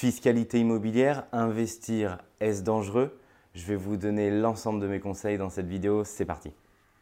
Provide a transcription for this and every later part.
Fiscalité immobilière, investir, est-ce dangereux? Je vais vous donner l'ensemble de mes conseils dans cette vidéo, c'est parti.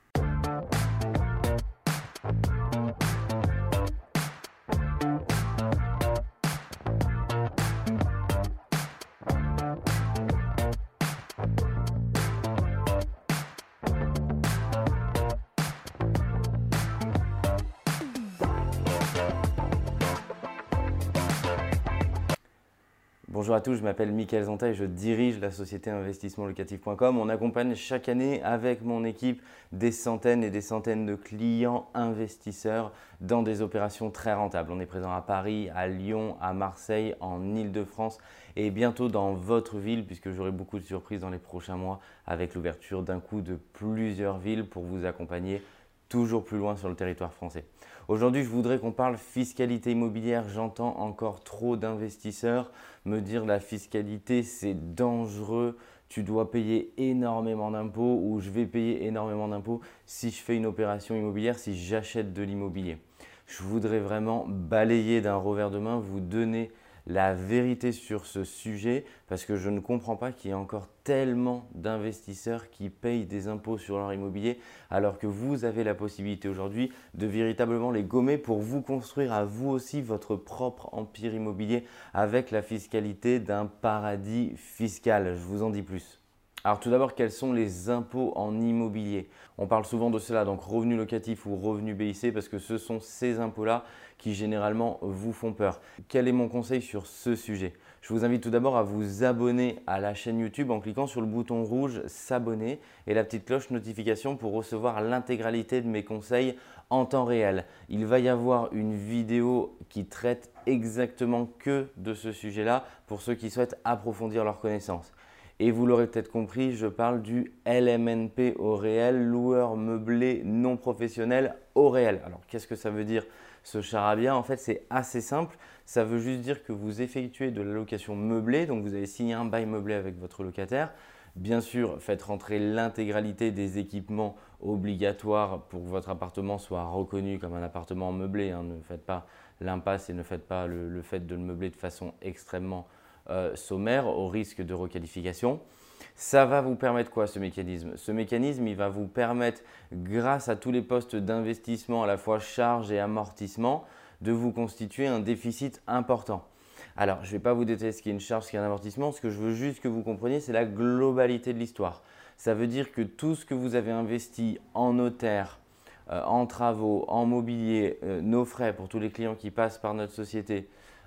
Bonjour à tous, je m'appelle Mickaël Zonta et je dirige la société investissementlocatif.com. On accompagne chaque année avec mon équipe des centaines et des centaines de clients investisseurs dans des opérations très rentables. On est présent à Paris, à Lyon, à Marseille, en Île-de-France et bientôt dans votre ville puisque j'aurai beaucoup de surprises dans les prochains mois avec l'ouverture d'un coup de plusieurs villes pour vous accompagner toujours plus loin sur le territoire français. Aujourd'hui, je voudrais qu'on parle fiscalité immobilière. J'entends encore trop d'investisseurs me dire la fiscalité, c'est dangereux, tu dois payer énormément d'impôts ou je vais payer énormément d'impôts si je fais une opération immobilière, si j'achète de l'immobilier. Je voudrais vraiment balayer d'un revers de main, vous donner la vérité sur ce sujet parce que je ne comprends pas qu'il y ait encore tellement d'investisseurs qui payent des impôts sur leur immobilier alors que vous avez la possibilité aujourd'hui de véritablement les gommer pour vous construire à vous aussi votre propre empire immobilier avec la fiscalité d'un paradis fiscal. Je vous en dis plus. Alors tout d'abord, quels sont les impôts en immobilier? On parle souvent de cela, donc revenu locatif ou revenu BIC, parce que ce sont ces impôts-là qui généralement vous font peur. Quel est mon conseil sur ce sujet? Je vous invite tout d'abord à vous abonner à la chaîne YouTube en cliquant sur le bouton rouge s'abonner et la petite cloche notification pour recevoir l'intégralité de mes conseils en temps réel. Il va y avoir une vidéo qui traite exactement que de ce sujet-là pour ceux qui souhaitent approfondir leurs connaissances. Et vous l'aurez peut-être compris, je parle du LMNP au réel, loueur meublé non professionnel au réel. Alors qu'est-ce que ça veut dire ce charabia? En fait, c'est assez simple. Ça veut juste dire que vous effectuez de la location meublée, donc vous avez signé un bail meublé avec votre locataire. Bien sûr, faites rentrer l'intégralité des équipements obligatoires pour que votre appartement soit reconnu comme un appartement meublé. Ne faites pas l'impasse et ne faites pas le fait de le meubler de façon extrêmement sommaire au risque de requalification. Ça va vous permettre quoi ce mécanisme? Ce mécanisme, il va vous permettre, grâce à tous les postes d'investissement, à la fois charges et amortissement, de vous constituer un déficit important. Alors, je ne vais pas vous détailler ce qui est une charge, ce qui est un amortissement. Ce que je veux juste que vous compreniez, c'est la globalité de l'histoire. Ça veut dire que tout ce que vous avez investi en notaire, en travaux, en mobilier, nos frais pour tous les clients qui passent par notre société,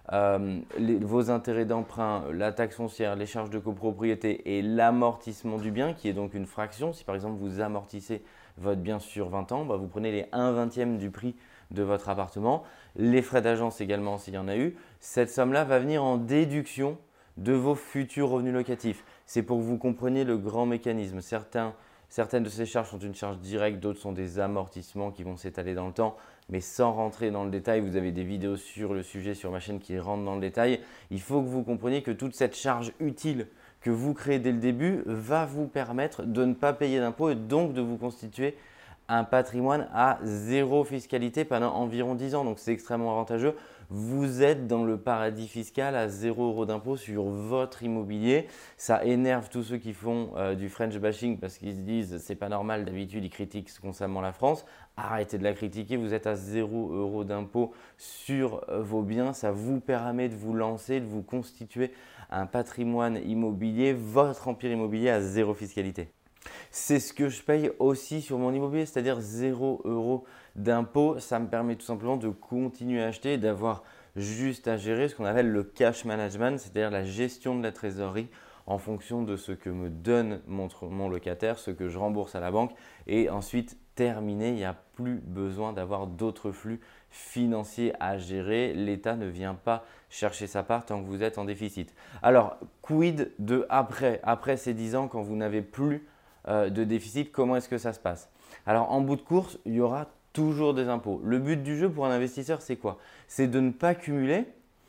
vos intérêts d'emprunt, la taxe foncière, les charges de copropriété et l'amortissement du bien qui est donc une fraction. Si par exemple vous amortissez votre bien sur 20 ans, vous prenez les 1/20 du prix de votre appartement, les frais d'agence également s'il y en a eu. Cette somme-là va venir en déduction de vos futurs revenus locatifs. C'est pour que vous compreniez le grand mécanisme. Certaines de ces charges sont une charge directe, d'autres sont des amortissements qui vont s'étaler dans le temps. Mais sans rentrer dans le détail, vous avez des vidéos sur le sujet sur ma chaîne qui rentrent dans le détail. Il faut que vous compreniez que toute cette charge utile que vous créez dès le début va vous permettre de ne pas payer d'impôts et donc de vous constituer un patrimoine à zéro fiscalité pendant environ 10 ans. Donc c'est extrêmement avantageux. Vous êtes dans le paradis fiscal à 0 € d'impôt sur votre immobilier. Ça énerve tous ceux qui font du French bashing parce qu'ils se disent c'est pas normal, d'habitude ils critiquent constamment la France. Arrêtez de la critiquer, vous êtes à 0 € d'impôt sur vos biens. Ça vous permet de vous lancer, de vous constituer un patrimoine immobilier, votre empire immobilier à zéro fiscalité. C'est ce que je paye aussi sur mon immobilier, c'est-à-dire 0 € d'impôt. Ça me permet tout simplement de continuer à acheter et d'avoir juste à gérer ce qu'on appelle le cash management, c'est-à-dire la gestion de la trésorerie en fonction de ce que me donne mon locataire, ce que je rembourse à la banque et ensuite terminé, il n'y a plus besoin d'avoir d'autres flux financiers à gérer. L'État ne vient pas chercher sa part tant que vous êtes en déficit. Alors, quid de après ces 10 ans quand vous n'avez plus de déficit, comment est-ce que ça se passe? Alors en bout de course, il y aura toujours des impôts. Le but du jeu pour un investisseur, c'est quoi? C'est de ne pas cumuler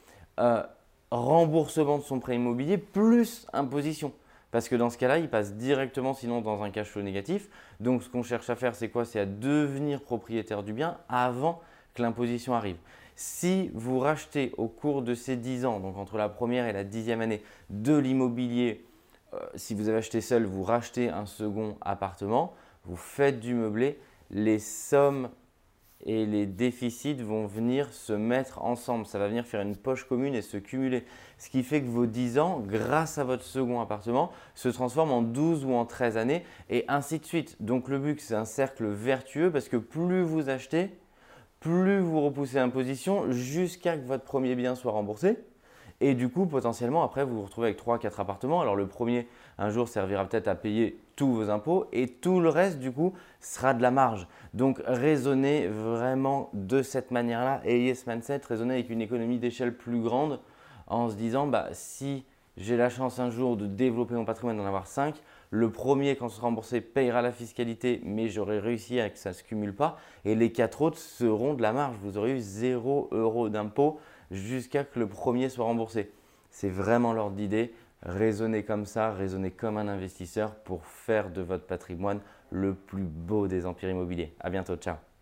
remboursement de son prêt immobilier plus imposition. Parce que dans ce cas-là, il passe directement sinon dans un cash flow négatif. Donc ce qu'on cherche à faire, c'est quoi? C'est à devenir propriétaire du bien avant que l'imposition arrive. Si vous rachetez au cours de ces 10 ans, donc entre la première et la 10e année, de l'immobilier, si vous avez acheté seul, vous rachetez un second appartement, vous faites du meublé, les sommes et les déficits vont venir se mettre ensemble. Ça va venir faire une poche commune et se cumuler. Ce qui fait que vos 10 ans, grâce à votre second appartement, se transforment en 12 ou en 13 années et ainsi de suite. Donc le but, c'est un cercle vertueux parce que plus vous achetez, plus vous repoussez l'imposition jusqu'à que votre premier bien soit remboursé. Et du coup, potentiellement, après, vous vous retrouvez avec 3-4 appartements. Alors le premier, un jour, servira peut-être à payer tous vos impôts et tout le reste, du coup, sera de la marge. Donc, raisonnez vraiment de cette manière-là. Ayez ce mindset, raisonnez avec une économie d'échelle plus grande en se disant, si j'ai la chance un jour de développer mon patrimoine, d'en avoir 5, le premier, quand ce sera remboursé, payera la fiscalité, mais j'aurai réussi à que ça ne se cumule pas. Et les 4 autres seront de la marge. Vous aurez eu 0 € d'impôt jusqu'à que le premier soit remboursé. C'est vraiment l'ordre d'idée. Raisonnez comme ça, raisonnez comme un investisseur pour faire de votre patrimoine le plus beau des empires immobiliers. À bientôt, ciao.